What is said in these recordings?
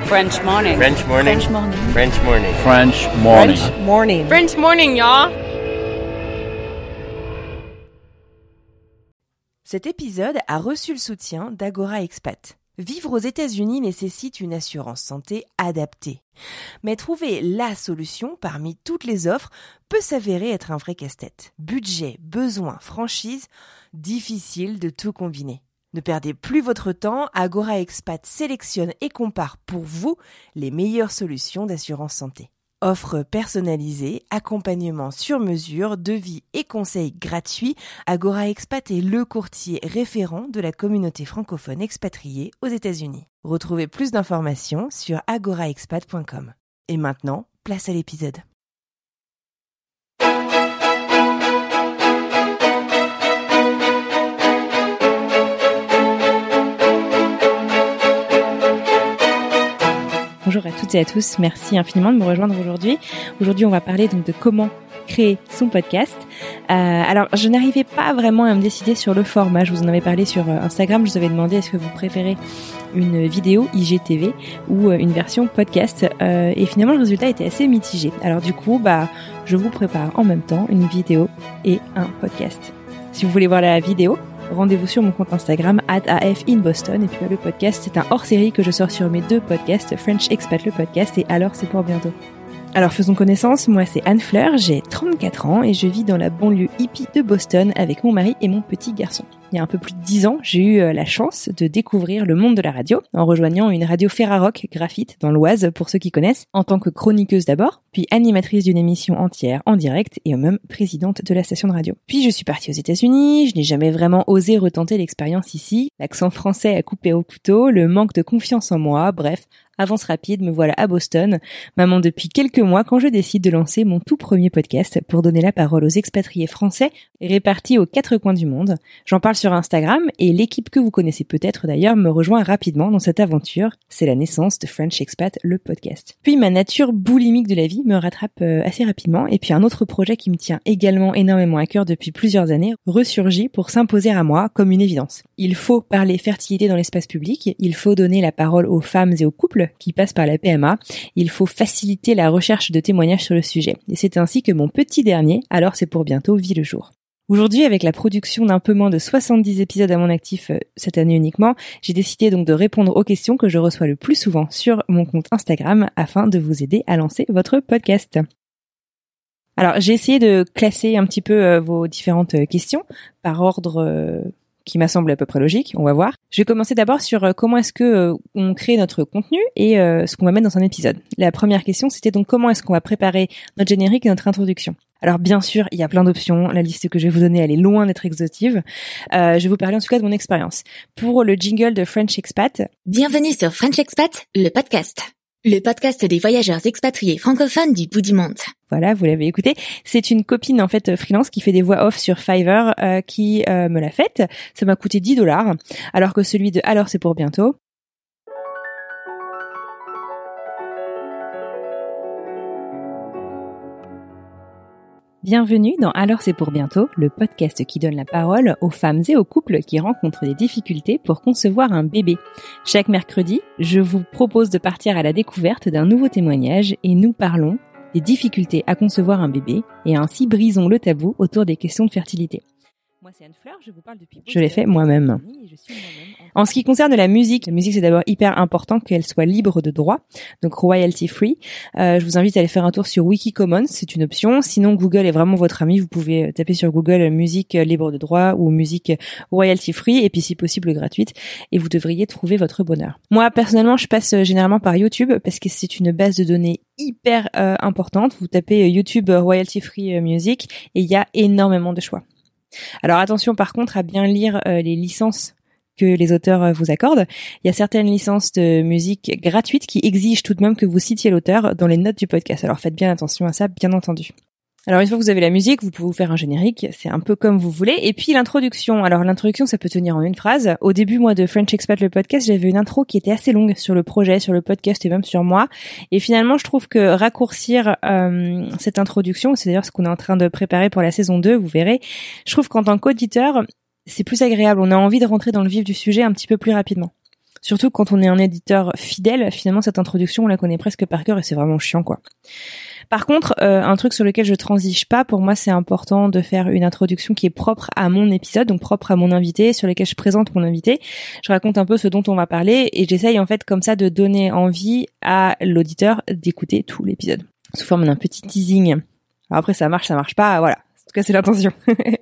French morning. French morning. French morning. French morning. French morning. French morning. French morning, y'all. Cet épisode a reçu le soutien d'Agora Expat. Vivre aux États-Unis nécessite une assurance santé adaptée. Mais trouver la solution parmi toutes les offres peut s'avérer être un vrai casse-tête. Budget, besoins, franchise, difficile de tout combiner. Ne perdez plus votre temps, Agora Expat sélectionne et compare pour vous les meilleures solutions d'assurance santé. Offres personnalisées, accompagnement sur mesure, devis et conseils gratuits, Agora Expat est le courtier référent de la communauté francophone expatriée aux États-Unis. Retrouvez plus d'informations sur agoraexpat.com. Et maintenant, place à l'épisode. Bonjour à toutes et à tous, merci infiniment de me rejoindre aujourd'hui. Aujourd'hui, on va parler donc de comment créer son podcast. Alors, je n'arrivais pas vraiment à me décider sur le format. Je vous en avais parlé sur Instagram. Je vous avais demandé est-ce que vous préférez une vidéo IGTV ou une version podcast. Et finalement, le résultat était assez mitigé. Alors du coup, je vous prépare en même temps une vidéo et un podcast. Si vous voulez voir la vidéo, rendez-vous sur mon compte Instagram @AFInBoston. Et puis le podcast, c'est un hors-série que je sors sur mes deux podcasts, French Expat le podcast et Alors c'est pour bientôt. Alors faisons connaissance, moi c'est Anne Fleur, j'ai 34 ans et je vis dans la banlieue hippie de Boston avec mon mari et mon petit garçon. Il y a un peu plus de 10 ans, j'ai eu la chance de découvrir le monde de la radio en rejoignant une radio Ferrarock Graphite dans l'Oise pour ceux qui connaissent, en tant que chroniqueuse d'abord, puis animatrice d'une émission entière en direct et même présidente de la station de radio. Puis je suis partie aux États-Unis, je n'ai jamais vraiment osé retenter l'expérience ici, l'accent français à couper au couteau, le manque de confiance en moi, bref, avance rapide, me voilà à Boston, maman depuis quelques mois quand je décide de lancer mon tout premier podcast pour donner la parole aux expatriés français répartis aux 4 coins du monde. J'en parle sur Instagram et l'équipe que vous connaissez peut-être d'ailleurs me rejoint rapidement dans cette aventure. C'est la naissance de French Expat, le podcast. Puis ma nature boulimique de la vie me rattrape assez rapidement et puis un autre projet qui me tient également énormément à cœur depuis plusieurs années ressurgit pour s'imposer à moi comme une évidence. Il faut parler fertilité dans l'espace public, il faut donner la parole aux femmes et aux couples qui passent par la PMA, il faut faciliter la recherche de témoignages sur le sujet. Et c'est ainsi que mon petit dernier, Alors c'est pour bientôt, vit le jour. Aujourd'hui, avec la production d'un peu moins de 70 épisodes à mon actif cette année uniquement, j'ai décidé donc de répondre aux questions que je reçois le plus souvent sur mon compte Instagram afin de vous aider à lancer votre podcast. Alors, j'ai essayé de classer un petit peu vos différentes questions par ordre qui m'a semblé à peu près logique, on va voir. Je vais commencer d'abord sur comment est-ce que on crée notre contenu et ce qu'on va mettre dans un épisode. La première question, c'était donc comment est-ce qu'on va préparer notre générique et notre introduction. Alors bien sûr, il y a plein d'options. La liste que je vais vous donner, elle est loin d'être exhaustive. Je vais vous parler en tout cas de mon expérience. Pour le jingle de French Expat. Bienvenue sur French Expat, le podcast. Le podcast des voyageurs expatriés francophones du bout du monde. Voilà, vous l'avez écouté. C'est une copine en fait freelance qui fait des voix off sur Fiverr qui me l'a faite. Ça m'a coûté $10, alors que celui de Alors c'est pour bientôt. Bienvenue dans Alors c'est pour bientôt, le podcast qui donne la parole aux femmes et aux couples qui rencontrent des difficultés pour concevoir un bébé. Chaque mercredi, je vous propose de partir à la découverte d'un nouveau témoignage et nous parlons des difficultés à concevoir un bébé et ainsi brisons le tabou autour des questions de fertilité. Moi c'est Anne Fleur, je vous parle depuis... Je l'ai fait moi-même. En ce qui concerne la musique c'est d'abord hyper important qu'elle soit libre de droit, donc royalty free. Je vous invite à aller faire un tour sur Wikicommons, c'est une option. Sinon Google est vraiment votre ami, vous pouvez taper sur Google musique libre de droit ou musique royalty free et puis si possible gratuite et vous devriez trouver votre bonheur. Moi personnellement je passe généralement par YouTube parce que c'est une base de données hyper importante. Vous tapez YouTube royalty free music et il y a énormément de choix. Alors attention par contre à bien lire les licences que les auteurs vous accordent. Il y a certaines licences de musique gratuites qui exigent tout de même que vous citiez l'auteur dans les notes du podcast. Alors faites bien attention à ça, bien entendu. Alors une fois que vous avez la musique, vous pouvez vous faire un générique, c'est un peu comme vous voulez. Et puis l'introduction. Alors l'introduction, ça peut tenir en une phrase. Au début, moi, de French Expat le podcast, j'avais une intro qui était assez longue sur le projet, sur le podcast et même sur moi. Et finalement, je trouve que raccourcir cette introduction, c'est d'ailleurs ce qu'on est en train de préparer pour la saison 2, vous verrez. Je trouve qu'en tant qu'auditeur, c'est plus agréable. On a envie de rentrer dans le vif du sujet un petit peu plus rapidement. Surtout quand on est un éditeur fidèle, finalement cette introduction on la connaît presque par cœur et c'est vraiment chiant quoi. Par contre, un truc sur lequel je transige pas, pour moi c'est important de faire une introduction qui est propre à mon épisode, donc propre à mon invité, sur lequel je présente mon invité. Je raconte un peu ce dont on va parler et j'essaye en fait comme ça de donner envie à l'auditeur d'écouter tout l'épisode, sous forme d'un petit teasing. Alors après ça marche pas, voilà. En tout cas c'est l'intention.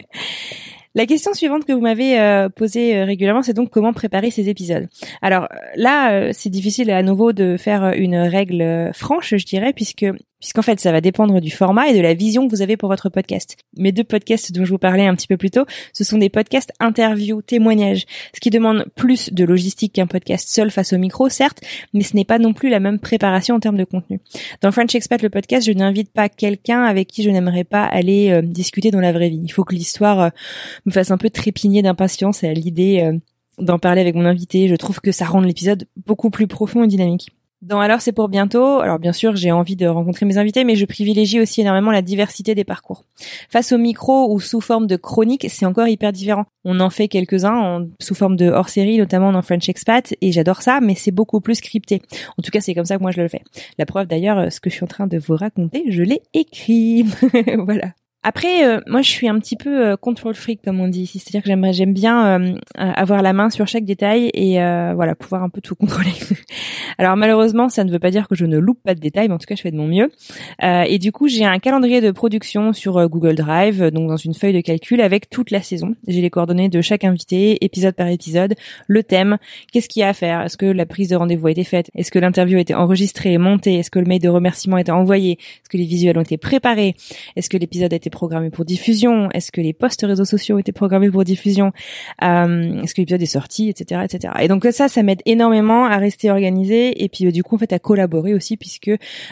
La question suivante que vous m'avez posée régulièrement, c'est donc comment préparer ces épisodes. Alors là, c'est difficile à nouveau de faire une règle franche, je dirais, puisqu'en fait, ça va dépendre du format et de la vision que vous avez pour votre podcast. Mes 2 podcasts dont je vous parlais un petit peu plus tôt, ce sont des podcasts interviews, témoignages, ce qui demande plus de logistique qu'un podcast seul face au micro, certes, mais ce n'est pas non plus la même préparation en termes de contenu. Dans French Expat, le podcast, je n'invite pas quelqu'un avec qui je n'aimerais pas aller discuter dans la vraie vie. Il faut que l'histoire me fasse un peu trépigner d'impatience à l'idée d'en parler avec mon invité. Je trouve que ça rend l'épisode beaucoup plus profond et dynamique. Dans Alors c'est pour bientôt, alors bien sûr j'ai envie de rencontrer mes invités, mais je privilégie aussi énormément la diversité des parcours. Face au micro ou sous forme de chronique, c'est encore hyper différent. On en fait quelques-uns sous forme de hors-série, notamment dans French Expat, et j'adore ça, mais c'est beaucoup plus scripté. En tout cas c'est comme ça que moi je le fais. La preuve d'ailleurs, ce que je suis en train de vous raconter, je l'ai écrit. Voilà. Après, moi, je suis un petit peu control freak, comme on dit ici. C'est-à-dire que j'aime bien avoir la main sur chaque détail et voilà, pouvoir un peu tout contrôler. Alors malheureusement, ça ne veut pas dire que je ne loupe pas de détails, mais en tout cas, je fais de mon mieux. Et du coup, j'ai un calendrier de production sur Google Drive, donc dans une feuille de calcul avec toute la saison. J'ai les coordonnées de chaque invité, épisode par épisode, le thème, qu'est-ce qu'il y a à faire, est-ce que la prise de rendez-vous a été faite, est-ce que l'interview a été enregistrée et montée, est-ce que le mail de remerciement a été envoyé, est-ce que les visuels ont été préparés, est-ce que l'épisode a été programmé pour diffusion, est-ce que les posts réseaux sociaux ont été programmés pour diffusion, est-ce que l'épisode est sorti, etc., etc. Et donc ça m'aide énormément à rester organisé et puis du coup en fait à collaborer aussi puisque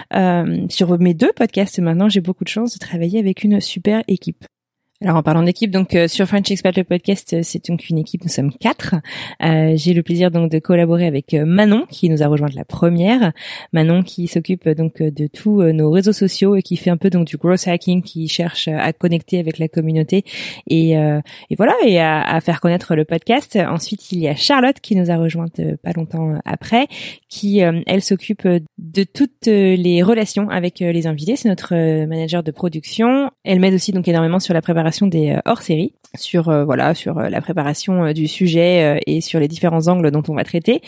sur mes 2 podcasts maintenant j'ai beaucoup de chance de travailler avec une super équipe. Alors en parlant d'équipe, donc sur French Expat le podcast, c'est donc une équipe, nous sommes 4. J'ai le plaisir donc de collaborer avec Manon qui nous a rejoint la première. Manon qui s'occupe donc de tous nos réseaux sociaux et qui fait un peu donc du growth hacking, qui cherche à connecter avec la communauté et voilà et à faire connaître le podcast. Ensuite il y a Charlotte qui nous a rejointe pas longtemps après, qui elle s'occupe de toutes les relations avec les invités. C'est notre manager de production. Elle m'aide aussi donc énormément sur la préparation des hors-séries, sur la préparation du sujet et sur les différents angles dont on va traiter.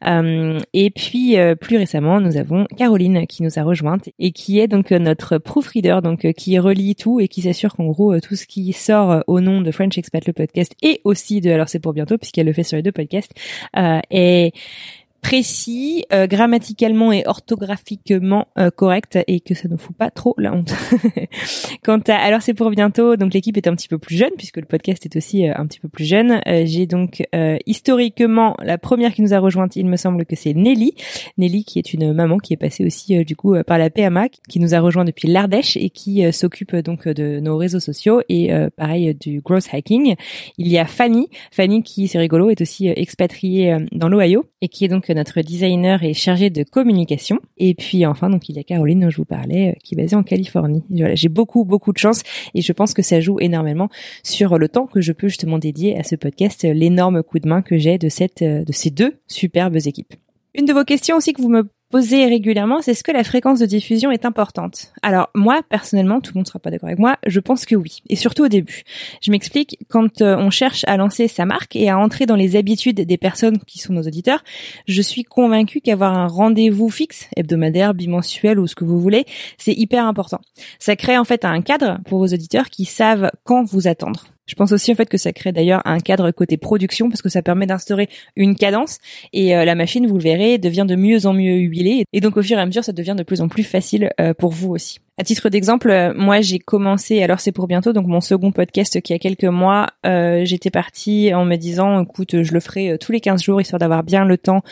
Et puis plus récemment, nous avons Caroline qui nous a rejointe et qui est donc notre proofreader, donc qui relie tout et qui s'assure qu'en gros tout ce qui sort au nom de French Expat le podcast et aussi de Alors c'est pour bientôt puisqu'elle le fait sur les 2 podcasts est précis, grammaticalement et orthographiquement correct et que ça ne fout pas trop la honte. Quant à Alors c'est pour bientôt, donc l'équipe est un petit peu plus jeune puisque le podcast est aussi un petit peu plus jeune. J'ai donc historiquement la première qui nous a rejointe, il me semble que c'est Nelly qui est une maman qui est passée aussi du coup par la PMA, qui nous a rejoint depuis l'Ardèche et qui s'occupe donc de nos réseaux sociaux et pareil du growth hacking. Il y a Fanny qui c'est rigolo est aussi expatriée dans l'Ohio et qui est donc notre designer est chargé de communication. Et puis enfin, donc il y a Caroline dont je vous parlais, qui est basée en Californie. Voilà, j'ai beaucoup de chance et je pense que ça joue énormément sur le temps que je peux justement dédier à ce podcast, l'énorme coup de main que j'ai de ces 2 superbes équipes. Une de vos questions aussi que vous me posez régulièrement, c'est est-ce que la fréquence de diffusion est importante? Alors moi, personnellement, tout le monde ne sera pas d'accord avec moi, je pense que oui, et surtout au début. Je m'explique, quand on cherche à lancer sa marque et à entrer dans les habitudes des personnes qui sont nos auditeurs, je suis convaincue qu'avoir un rendez-vous fixe, hebdomadaire, bimensuel ou ce que vous voulez, c'est hyper important. Ça crée en fait un cadre pour vos auditeurs qui savent quand vous attendre. Je pense aussi en fait que ça crée d'ailleurs un cadre côté production parce que ça permet d'instaurer une cadence et la machine, vous le verrez, devient de mieux en mieux huilée et donc au fur et à mesure ça devient de plus en plus facile pour vous aussi. À titre d'exemple, moi j'ai commencé Alors c'est pour bientôt, donc mon second podcast qui a quelques mois, j'étais partie en me disant écoute, je le ferai tous les 15 jours histoire d'avoir bien le temps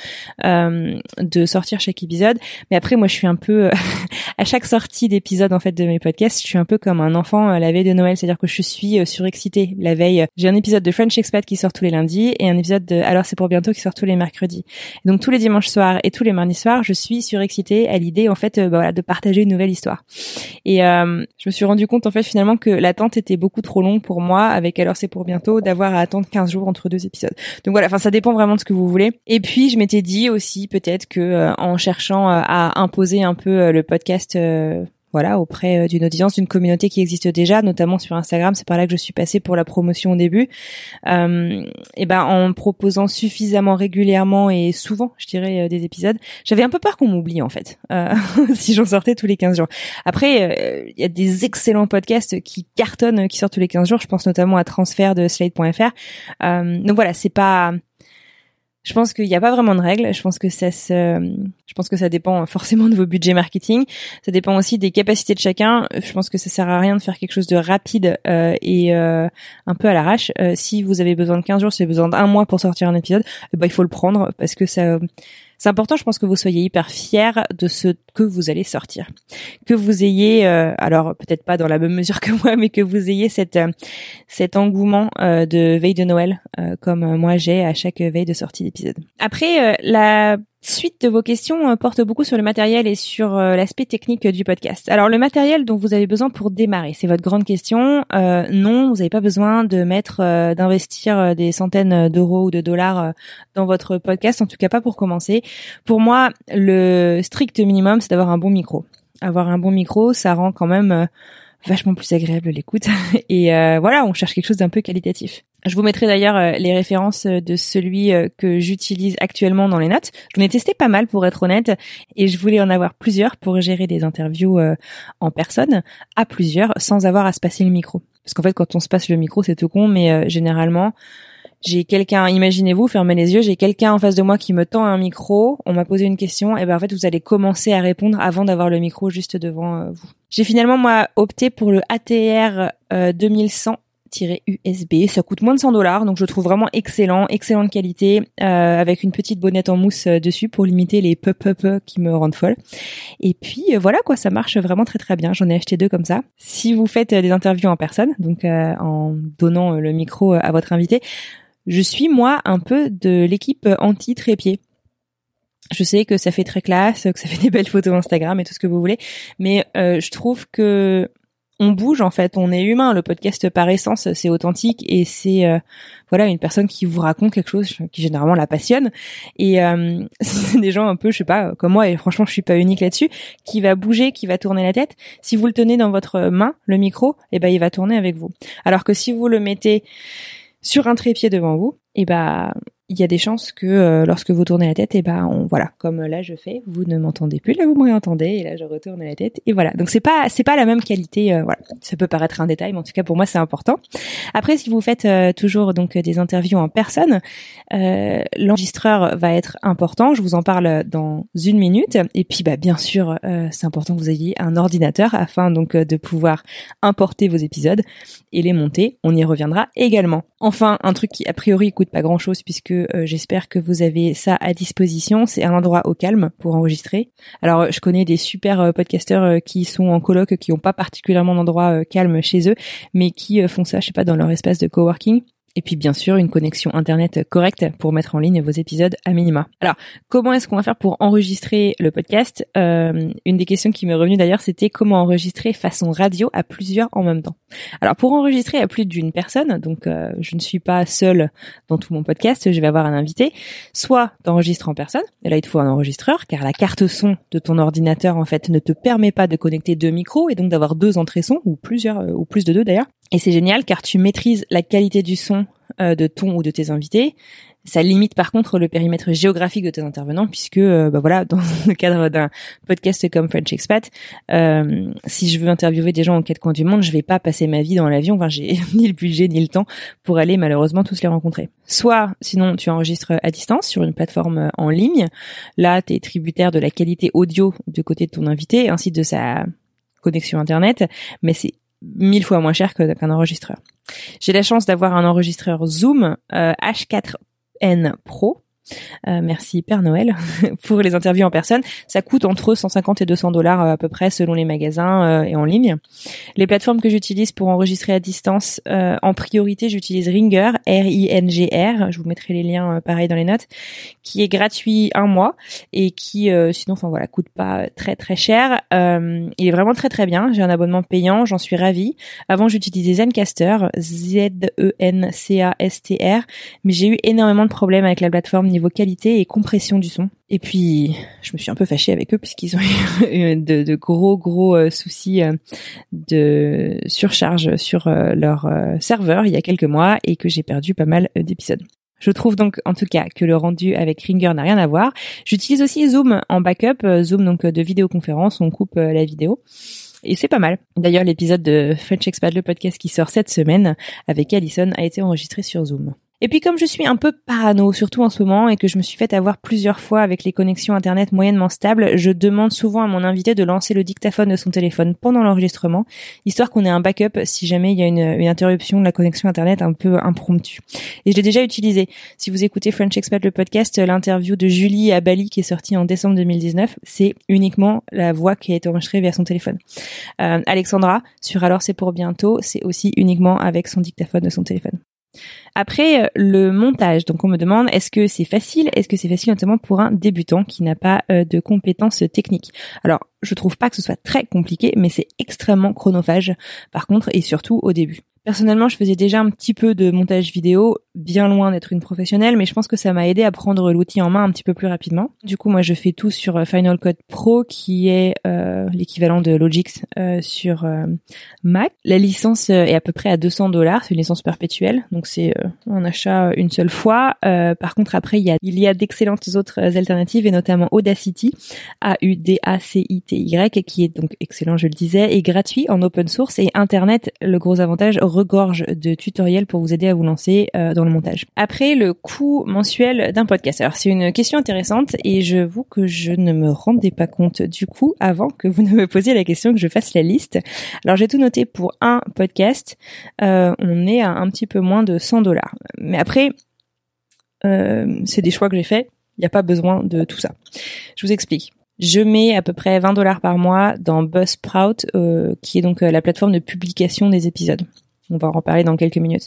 de sortir chaque épisode. Mais après moi je suis un peu à chaque sortie d'épisode en fait de mes podcasts, je suis un peu comme un enfant la veille de Noël, c'est-à-dire que je suis surexcitée la veille. J'ai un épisode de French Expat qui sort tous les lundis et un épisode de Alors c'est pour bientôt qui sort tous les mercredis. Donc tous les dimanches soirs et tous les mardis soirs, je suis surexcitée à l'idée en fait de partager une nouvelle histoire. Et je me suis rendu compte en fait finalement que l'attente était beaucoup trop longue pour moi avec Alors c'est pour bientôt d'avoir à attendre 15 jours entre 2 épisodes. Donc voilà, enfin ça dépend vraiment de ce que vous voulez. Et puis je m'étais dit aussi peut-être que en cherchant à imposer un peu le podcast voilà, auprès d'une audience, d'une communauté qui existe déjà, notamment sur Instagram. C'est par là que je suis passée pour la promotion au début. Et ben, en proposant suffisamment régulièrement et souvent, je dirais, des épisodes, j'avais un peu peur qu'on m'oublie, en fait, si j'en sortais tous les 15 jours. Après, il y a des excellents podcasts qui cartonnent, qui sortent tous les 15 jours. Je pense notamment à Transfert de Slate.fr. Donc voilà, c'est pas... Je pense qu'il n'y a pas vraiment de règles. Je pense que ça dépend forcément de vos budgets marketing. Ça dépend aussi des capacités de chacun. Je pense que ça sert à rien de faire quelque chose de rapide et un peu à l'arrache. Si vous avez besoin de 15 jours, si vous avez besoin d'un mois pour sortir un épisode, il faut le prendre parce que c'est important, je pense, que vous soyez hyper fiers de ce que vous allez sortir. Que vous ayez, alors peut-être pas dans la même mesure que moi, mais que vous ayez cet engouement de veille de Noël, comme moi j'ai à chaque veille de sortie d'épisode. Après, la suite de vos questions porte beaucoup sur le matériel et sur l'aspect technique du podcast. Alors le matériel dont vous avez besoin pour démarrer, c'est votre grande question. Non, vous n'avez pas besoin d'investir des centaines d'euros ou de dollars dans votre podcast, en tout cas pas pour commencer. Pour moi, le strict minimum, c'est d'avoir un bon micro. Avoir un bon micro, ça rend quand même vachement plus agréable l'écoute. Et voilà, on cherche quelque chose d'un peu qualitatif. Je vous mettrai d'ailleurs les références de celui que j'utilise actuellement dans les notes. J'en ai testé pas mal pour être honnête et je voulais en avoir plusieurs pour gérer des interviews en personne à plusieurs sans avoir à se passer le micro. Parce qu'en fait, quand on se passe le micro, c'est tout con, mais généralement, j'ai quelqu'un, imaginez-vous, fermez les yeux, j'ai quelqu'un en face de moi qui me tend un micro, on m'a posé une question, et ben en fait, vous allez commencer à répondre avant d'avoir le micro juste devant vous. J'ai finalement, moi, opté pour le ATR 2100 USB, ça coûte moins de $100, donc je trouve vraiment excellente qualité, avec une petite bonnette en mousse dessus pour limiter les pop-up qui me rendent folle. Et puis voilà quoi, ça marche vraiment très très bien. J'en ai acheté 2 comme ça. Si vous faites des interviews en personne, donc en donnant le micro à votre invité, je suis moi un peu de l'équipe anti-trépied. Je sais que ça fait très classe, que ça fait des belles photos Instagram et tout ce que vous voulez, mais je trouve que on bouge en fait, on est humain. Le podcast par essence, c'est authentique et c'est voilà une personne qui vous raconte quelque chose qui généralement la passionne. Et c'est des gens un peu, je sais pas, comme moi. Et franchement, je suis pas unique là-dessus. Qui va bouger, qui va tourner la tête. Si vous le tenez dans votre main, le micro, et ben il va tourner avec vous. Alors que si vous le mettez sur un trépied devant vous, et ben il y a des chances que lorsque vous tournez la tête, et ben voilà, comme là je fais, vous ne m'entendez plus, là vous me réentendez, et là je retourne la tête, et voilà. Donc c'est pas la même qualité, voilà. Ça peut paraître un détail, mais en tout cas pour moi c'est important. Après, si vous faites toujours donc des interviews en personne, l'enregistreur va être important. Je vous en parle dans 1 minute. Et puis bien sûr, c'est important que vous ayez un ordinateur afin donc de pouvoir importer vos épisodes et les monter. On y reviendra également. Enfin, un truc qui a priori coûte pas grand-chose puisque j'espère que vous avez ça à disposition, c'est un endroit au calme pour enregistrer. Alors, je connais des super podcasteurs qui sont en coloc, qui n'ont pas particulièrement d'endroit calme chez eux, mais qui font ça, je sais pas, dans leur espace de coworking. Et puis bien sûr une connexion internet correcte pour mettre en ligne vos épisodes à minima. Alors comment est-ce qu'on va faire pour enregistrer le podcast? Une des questions qui m'est revenue d'ailleurs, c'était comment enregistrer façon radio à plusieurs en même temps. Alors pour enregistrer à plus d'une personne, donc je ne suis pas seule dans tout mon podcast, je vais avoir un invité, soit t'enregistres en personne, et là il te faut un enregistreur car la carte son de ton ordinateur en fait ne te permet pas de connecter 2 micros et donc d'avoir 2 entrées son ou plusieurs ou plus de 2 d'ailleurs. Et c'est génial car tu maîtrises la qualité du son de ton ou de tes invités. Ça limite par contre le périmètre géographique de tes intervenants puisque voilà, dans le cadre d'un podcast comme French Expat, si je veux interviewer des gens aux 4 coins du monde, je vais pas passer ma vie dans l'avion, enfin j'ai ni le budget ni le temps pour aller malheureusement tous les rencontrer. Soit sinon tu enregistres à distance sur une plateforme en ligne. Là, tu es tributaire de la qualité audio du côté de ton invité ainsi de sa connexion internet, mais c'est 1000 fois moins cher qu'un enregistreur. J'ai la chance d'avoir un enregistreur Zoom H4n Pro Merci Père Noël pour les interviews en personne. Ça coûte entre 150 et 200 $ à peu près selon les magasins et en ligne. Les plateformes que j'utilise pour enregistrer à distance, en priorité, j'utilise Ringer, R-I-N-G-R. Je vous mettrai les liens pareil dans les notes, qui est gratuit 1 mois et qui sinon, coûte pas très très cher. Il est vraiment très très bien. J'ai un abonnement payant, j'en suis ravie. Avant, j'utilisais Zencastr, Z-E-N-C-A-S-T-R, mais j'ai eu énormément de problèmes avec la plateforme niveau qualité et compression du son. Et puis, je me suis un peu fâchée avec eux puisqu'ils ont eu de gros soucis de surcharge sur leur serveur il y a quelques mois et que j'ai perdu pas mal d'épisodes. Je trouve donc en tout cas que le rendu avec Ringer n'a rien à voir. J'utilise aussi Zoom en backup, Zoom donc de vidéoconférence, on coupe la vidéo. Et c'est pas mal. D'ailleurs, l'épisode de French Expat, le podcast qui sort cette semaine avec Alison, a été enregistré sur Zoom. Et puis comme je suis un peu parano, surtout en ce moment, et que je me suis fait avoir plusieurs fois avec les connexions internet moyennement stables, je demande souvent à mon invité de lancer le dictaphone de son téléphone pendant l'enregistrement, histoire qu'on ait un backup si jamais il y a une interruption de la connexion internet un peu impromptue. Et je l'ai déjà utilisé. Si vous écoutez French Expat, le podcast, l'interview de Julie à Bali qui est sortie en décembre 2019, c'est uniquement la voix qui a été enregistrée via son téléphone. Alexandra, sur Alors c'est pour bientôt, c'est aussi uniquement avec son dictaphone de son téléphone. Après, le montage. Donc, on me demande, est-ce que c'est facile? Est-ce que c'est facile notamment pour un débutant qui n'a pas de compétences techniques? Alors, je trouve pas que ce soit très compliqué, mais c'est extrêmement chronophage, par contre, et surtout au début. Personnellement, je faisais déjà un petit peu de montage vidéo, bien loin d'être une professionnelle, mais je pense que ça m'a aidé à prendre l'outil en main un petit peu plus rapidement. Du coup, moi, je fais tout sur Final Cut Pro, qui est l'équivalent de Logix sur Mac. La licence est à peu près à 200 $, c'est une licence perpétuelle, donc c'est un achat une seule fois. Par contre, après, il y a d'excellentes autres alternatives, et notamment Audacity, A-U-D-A-C-I-T-Y, qui est donc excellent, je le disais, et gratuit en open source, et Internet, le gros avantage, regorge de tutoriels pour vous aider à vous lancer dans le montage. Après, le coût mensuel d'un podcast. Alors, c'est une question intéressante et j'avoue que je ne me rendais pas compte du coût avant que vous ne me posiez la question, que je fasse la liste. Alors, j'ai tout noté pour un podcast. On est à un petit peu moins de 100 $. Mais après, c'est des choix que j'ai faits. Il n'y a pas besoin de tout ça. Je vous explique. Je mets à peu près 20 $ par mois dans Buzzsprout, qui est donc la plateforme de publication des épisodes. On va en reparler dans quelques minutes.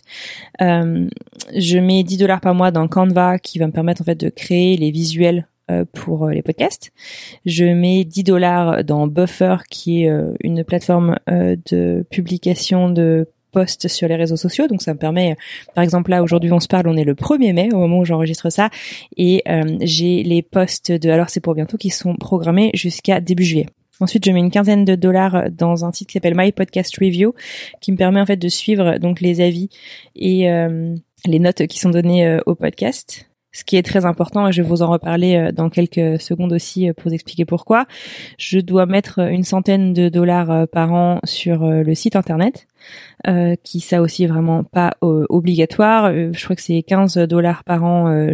Je mets 10 $ par mois dans Canva, qui va me permettre en fait de créer les visuels pour les podcasts. Je mets 10 $ dans Buffer, qui est une plateforme de publication de posts sur les réseaux sociaux. Donc ça me permet, par exemple là aujourd'hui on se parle, on est le 1er mai au moment où j'enregistre ça, et j'ai les posts de Alors c'est pour bientôt qui sont programmés jusqu'à début juillet. Ensuite, je mets une quinzaine de $ dans un site qui s'appelle My Podcast Review, qui me permet en fait de suivre donc les avis et les notes qui sont données au podcast. Ce qui est très important, et je vais vous en reparler dans quelques secondes aussi pour vous expliquer pourquoi. Je dois mettre une centaine de $ par an sur le site internet, qui ça aussi est vraiment pas obligatoire. Je crois que c'est 15 $ par an.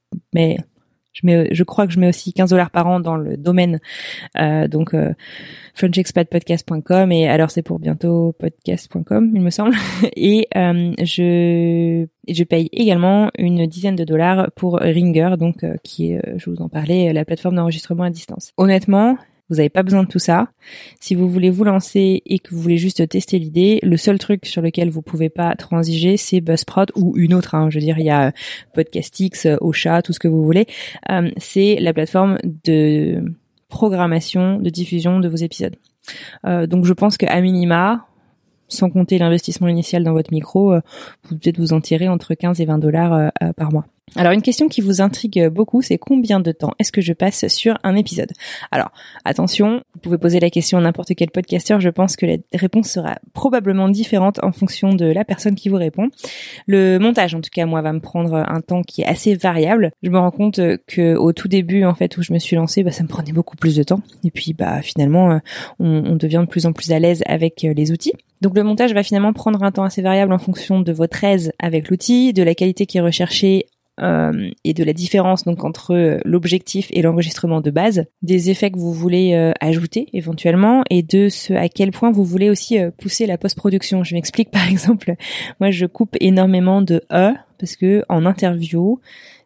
Je crois que je mets aussi 15 $ par an dans le domaine, donc frenchexpatpodcast.com, et alors c'est pour bientôt podcast.com, il me semble. Et je paye également une dizaine de $ pour Ringer, donc qui est, je vous en parlais, la plateforme d'enregistrement à distance. Honnêtement, vous n'avez pas besoin de tout ça. Si vous voulez vous lancer et que vous voulez juste tester l'idée, le seul truc sur lequel vous pouvez pas transiger, c'est Buzzsprout ou une autre. Je veux dire, il y a Podcastix, Ocha, tout ce que vous voulez. C'est la plateforme de programmation, de diffusion de vos épisodes. Donc je pense qu'à minima, sans compter l'investissement initial dans votre micro, vous peut-être vous en tirez entre 15 et 20 $ par mois. Alors une question qui vous intrigue beaucoup, c'est combien de temps est-ce que je passe sur un épisode? Alors attention, vous pouvez poser la question à n'importe quel podcasteur, je pense que la réponse sera probablement différente en fonction de la personne qui vous répond. Le montage, en tout cas moi, va me prendre un temps qui est assez variable. Je me rends compte que au tout début, en fait, où je me suis lancée, ça me prenait beaucoup plus de temps. Et puis finalement, on devient de plus en plus à l'aise avec les outils. Donc le montage va finalement prendre un temps assez variable en fonction de votre aise avec l'outil, de la qualité qui est recherchée et de la différence donc entre l'objectif et l'enregistrement de base, des effets que vous voulez ajouter éventuellement, et de ce à quel point vous voulez aussi pousser la post-production. Je m'explique. Par exemple, moi je coupe énormément de parce que en interview,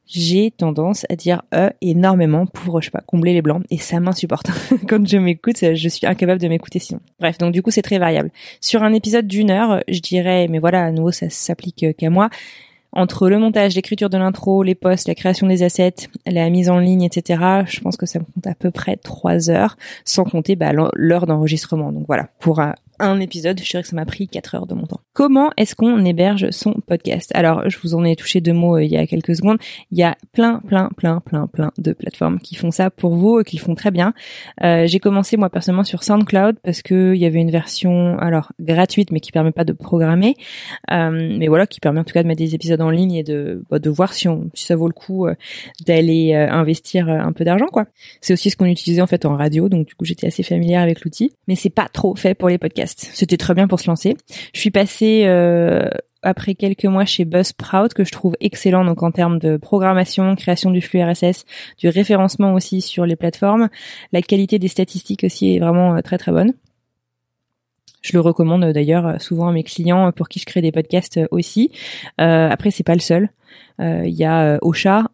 j'ai tendance à dire énormément pour, je sais pas, combler les blancs, et ça m'insupporte. Quand je m'écoute, je suis incapable de m'écouter sinon. Bref, donc du coup, c'est très variable. Sur un épisode d'1 heure, je dirais, mais voilà, à nouveau, ça s'applique qu'à moi, entre le montage, l'écriture de l'intro, les posts, la création des assets, la mise en ligne, etc., je pense que ça me compte à peu près 3 heures, sans compter l'heure d'enregistrement. Donc voilà, pour un épisode, je dirais que ça m'a pris 4 heures de mon temps. Comment est-ce qu'on héberge son podcast? Alors, je vous en ai touché 2 mots il y a quelques secondes. Il y a plein de plateformes qui font ça pour vous et qui le font très bien. J'ai commencé moi personnellement sur SoundCloud parce que il y avait une version gratuite mais qui permet pas de programmer, mais voilà, qui permet en tout cas de mettre des épisodes en ligne et de voir si ça vaut le coup d'aller investir un peu d'argent, quoi. C'est aussi ce qu'on utilisait en fait en radio, donc du coup j'étais assez familière avec l'outil, mais c'est pas trop fait pour les podcasts. C'était très bien pour se lancer. Je suis passée après quelques mois chez Buzzsprout, que je trouve excellent donc en termes de programmation, création du flux RSS, du référencement aussi sur les plateformes. La qualité des statistiques aussi est vraiment très très bonne. Je le recommande d'ailleurs souvent à mes clients pour qui je crée des podcasts aussi. Après, c'est pas le seul. Il y a Ausha,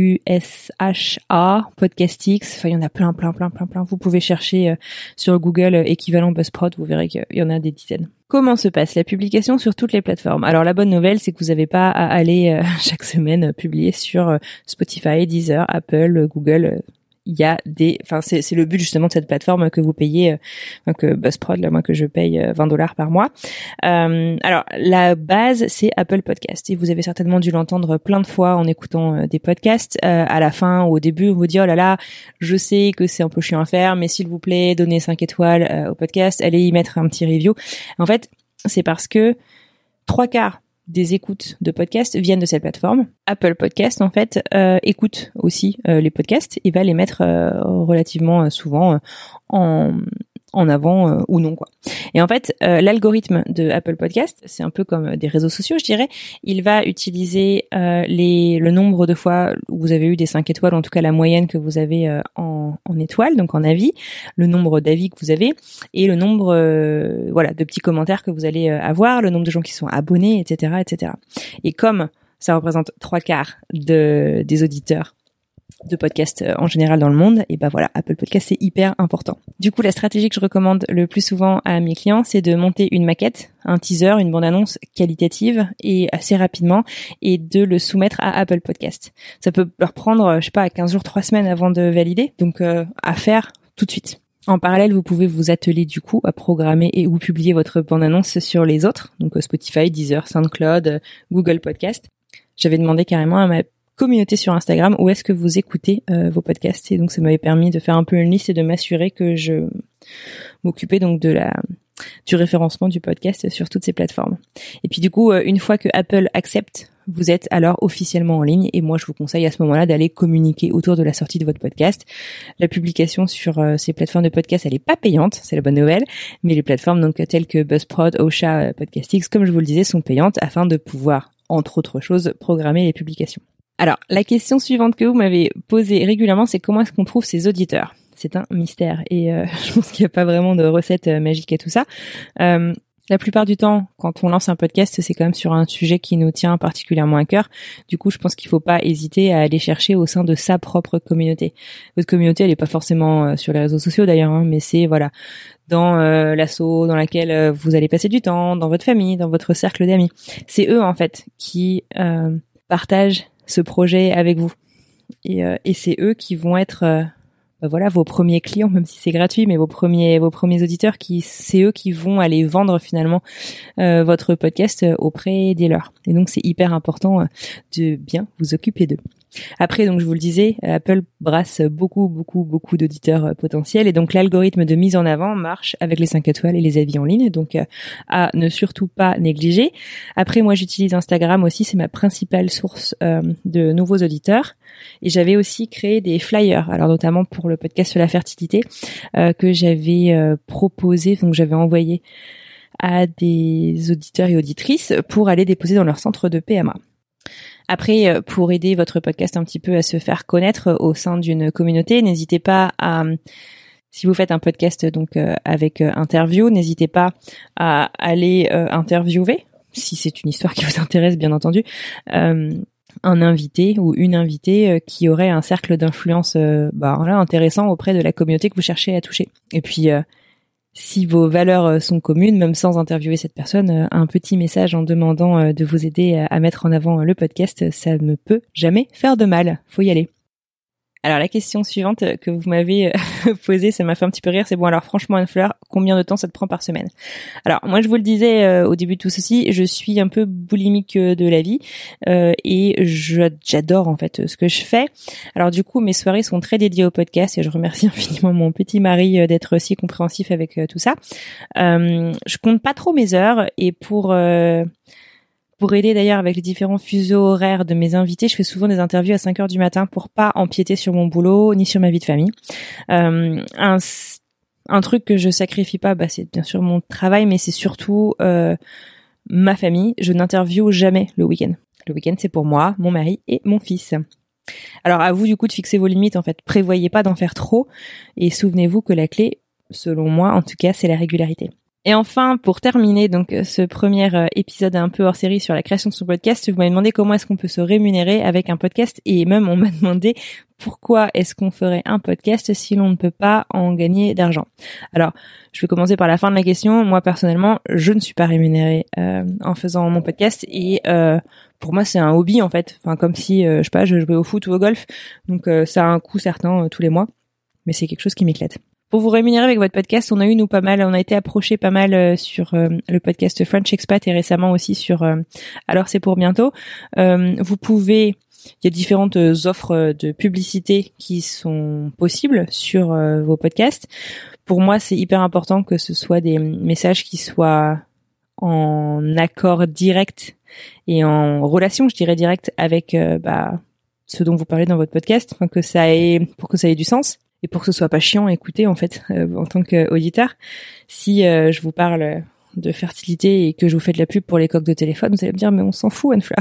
AUSHA, Podcastix. Enfin, il y en a plein. Vous pouvez chercher sur Google équivalent Buzzsprout, vous verrez qu'il y en a des dizaines. Comment se passe la publication sur toutes les plateformes? Alors, la bonne nouvelle, c'est que vous n'avez pas à aller chaque semaine publier sur Spotify, Deezer, Apple, Google. Il y a c'est le but justement de cette plateforme que vous payez, que Buzzsprout, là, moi, que je paye $20 par mois. Alors, la base, c'est Apple Podcast. Et vous avez certainement dû l'entendre plein de fois en écoutant des podcasts. À la fin ou au début, on vous dit, oh là là, je sais que c'est un peu chiant à faire, mais s'il vous plaît, donnez 5 étoiles au podcast, allez y mettre un petit review. En fait, c'est parce que 3/4 des écoutes de podcasts viennent de cette plateforme. Apple Podcast, en fait, écoute aussi les podcasts et va les mettre relativement souvent en avant ou non, quoi. Et en fait, l'algorithme de Apple Podcast, c'est un peu comme des réseaux sociaux, je dirais. Il va utiliser le nombre de fois où vous avez eu des 5 étoiles, en tout cas la moyenne que vous avez en étoiles, donc en avis, le nombre d'avis que vous avez et le nombre de petits commentaires que vous allez avoir, le nombre de gens qui sont abonnés, etc., etc. Et comme ça représente 3/4 des auditeurs de podcasts en général dans le monde, et voilà, Apple Podcast, c'est hyper important. Du coup, la stratégie que je recommande le plus souvent à mes clients, c'est de monter une maquette, un teaser, une bande-annonce qualitative et assez rapidement, et de le soumettre à Apple Podcast. Ça peut leur prendre, 15 jours, 3 semaines avant de valider, donc à faire tout de suite. En parallèle, vous pouvez vous atteler du coup à programmer et ou publier votre bande-annonce sur les autres, donc Spotify, Deezer, SoundCloud, Google Podcast. J'avais demandé carrément à ma communauté sur Instagram où est-ce que vous écoutez vos podcasts, et donc ça m'avait permis de faire un peu une liste et de m'assurer que je m'occupais donc du référencement du podcast sur toutes ces plateformes. Et puis du coup, une fois que Apple accepte, vous êtes alors officiellement en ligne, et moi je vous conseille à ce moment-là d'aller communiquer autour de la sortie de votre podcast. La publication sur ces plateformes de podcast, elle est pas payante, c'est la bonne nouvelle, mais les plateformes donc telles que Buzzsprout, Ausha, Podcastix, comme je vous le disais, sont payantes afin de pouvoir, entre autres choses, programmer les publications. Alors, la question suivante que vous m'avez posée régulièrement, c'est comment est-ce qu'on trouve ses auditeurs? C'est un mystère, et je pense qu'il n'y a pas vraiment de recette magique à tout ça. La plupart du temps, quand on lance un podcast, c'est quand même sur un sujet qui nous tient particulièrement à cœur. Du coup, je pense qu'il faut pas hésiter à aller chercher au sein de sa propre communauté. Votre communauté, elle est pas forcément sur les réseaux sociaux d'ailleurs, mais c'est dans l'asso dans laquelle vous allez passer du temps, dans votre famille, dans votre cercle d'amis. C'est eux en fait qui partagent ce projet avec vous, et c'est eux qui vont être vos premiers clients, même si c'est gratuit, mais vos premiers auditeurs, c'est eux qui vont aller vendre finalement votre podcast auprès des leurs. Et donc c'est hyper important de bien vous occuper d'eux. Après, donc je vous le disais, Apple brasse beaucoup d'auditeurs potentiels, et donc l'algorithme de mise en avant marche avec les 5 étoiles et les avis en ligne, donc à ne surtout pas négliger. Après, moi j'utilise Instagram aussi, c'est ma principale source de nouveaux auditeurs, et j'avais aussi créé des flyers, alors notamment pour le podcast sur la fertilité, que j'avais proposé, donc j'avais envoyé à des auditeurs et auditrices pour aller déposer dans leur centre de PMA. Après, pour aider votre podcast un petit peu à se faire connaître au sein d'une communauté, n'hésitez pas à, si vous faites un podcast donc avec interview, n'hésitez pas à aller interviewer, si c'est une histoire qui vous intéresse bien entendu, un invité ou une invitée qui aurait un cercle d'influence intéressant auprès de la communauté que vous cherchez à toucher. Et puis si vos valeurs sont communes, même sans interviewer cette personne, un petit message en demandant de vous aider à mettre en avant le podcast, ça ne peut jamais faire de mal. Faut y aller. Alors la question suivante que vous m'avez posée, ça m'a fait un petit peu rire, c'est bon alors franchement Anne-Fleur, combien de temps ça te prend par semaine? Alors moi je vous le disais au début de tout ceci, je suis un peu boulimique de la vie et j'adore en fait ce que je fais. Alors du coup mes soirées sont très dédiées au podcast et je remercie infiniment mon petit mari d'être si compréhensif avec tout ça. Je compte pas trop mes heures et pour aider d'ailleurs avec les différents fuseaux horaires de mes invités, je fais souvent des interviews à 5h du matin pour pas empiéter sur mon boulot ni sur ma vie de famille. Un truc que je sacrifie pas, c'est bien sûr mon travail, mais c'est surtout ma famille. Je n'interviewe jamais le week-end. Le week-end, c'est pour moi, mon mari et mon fils. Alors à vous du coup de fixer vos limites en fait. Prévoyez pas d'en faire trop et souvenez-vous que la clé, selon moi en tout cas, c'est la régularité. Et enfin, pour terminer donc ce premier épisode un peu hors série sur la création de son podcast, vous m'avez demandé comment est-ce qu'on peut se rémunérer avec un podcast et même on m'a demandé pourquoi est-ce qu'on ferait un podcast si l'on ne peut pas en gagner d'argent. Alors, je vais commencer par la fin de la question. Moi personnellement, je ne suis pas rémunérée en faisant mon podcast et pour moi c'est un hobby en fait. Enfin comme si je jouais au foot ou au golf. Donc ça a un coût certain tous les mois, mais c'est quelque chose qui m'éclate. Pour vous rémunérer avec votre podcast, on a été approché pas mal sur le podcast French Expat et récemment aussi sur Alors c'est pour bientôt. Il y a différentes offres de publicité qui sont possibles sur vos podcasts. Pour moi, c'est hyper important que ce soit des messages qui soient en accord direct et en relation, je dirais directe avec ce dont vous parlez dans votre podcast, pour que ça ait du sens. Et pour que ce soit pas chiant à écouter en fait en tant qu'auditeur, si je vous parle de fertilité et que je vous fais de la pub pour les coques de téléphone, vous allez me dire mais on s'en fout Anne-Fleur.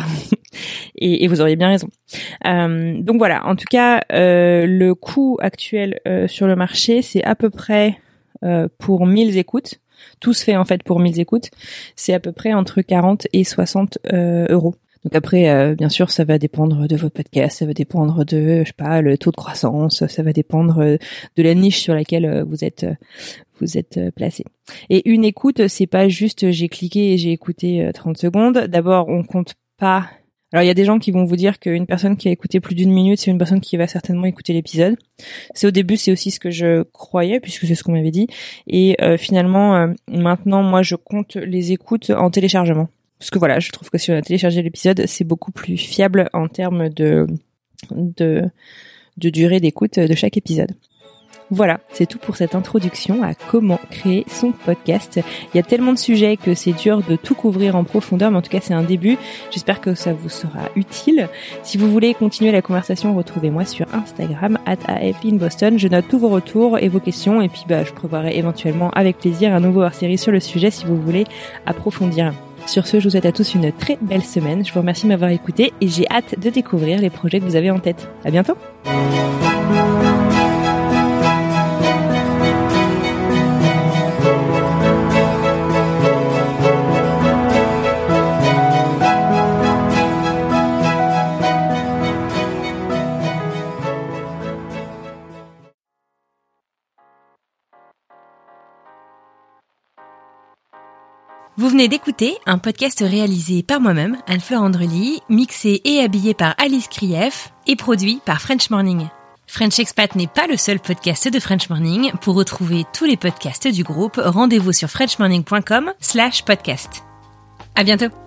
et vous auriez bien raison. Donc voilà, en tout cas le coût actuel sur le marché, c'est à peu près pour 1000 écoutes. Tout se fait en fait pour 1000 écoutes, c'est à peu près entre 40 et 60 euros. Donc après, bien sûr, ça va dépendre de votre podcast, ça va dépendre de, le taux de croissance, ça va dépendre de la niche sur laquelle vous êtes placé. Et une écoute, c'est pas juste j'ai cliqué et j'ai écouté 30 secondes. D'abord, on compte pas. Alors il y a des gens qui vont vous dire qu'une personne qui a écouté plus d'1 minute, c'est une personne qui va certainement écouter l'épisode. C'est au début, c'est aussi ce que je croyais puisque c'est ce qu'on m'avait dit. Et finalement, maintenant, moi, je compte les écoutes en téléchargement. Parce que voilà, je trouve que si on a téléchargé l'épisode, c'est beaucoup plus fiable en termes de durée d'écoute de chaque épisode. Voilà, c'est tout pour cette introduction à comment créer son podcast. Il y a tellement de sujets que c'est dur de tout couvrir en profondeur, mais en tout cas c'est un début. J'espère que ça vous sera utile. Si vous voulez continuer la conversation, retrouvez-moi sur Instagram @AFinBoston. Je note tous vos retours et vos questions et puis je préparerai éventuellement avec plaisir un nouveau hors-série sur le sujet si vous voulez approfondir. Sur ce, je vous souhaite à tous une très belle semaine. Je vous remercie de m'avoir écouté et j'ai hâte de découvrir les projets que vous avez en tête. À bientôt! Vous venez d'écouter un podcast réalisé par moi-même, Anne-Fleur Andrely, mixé et habillé par Alice Krief et produit par French Morning. French Expat n'est pas le seul podcast de French Morning. Pour retrouver tous les podcasts du groupe, rendez-vous sur frenchmorning.com/podcast. À bientôt!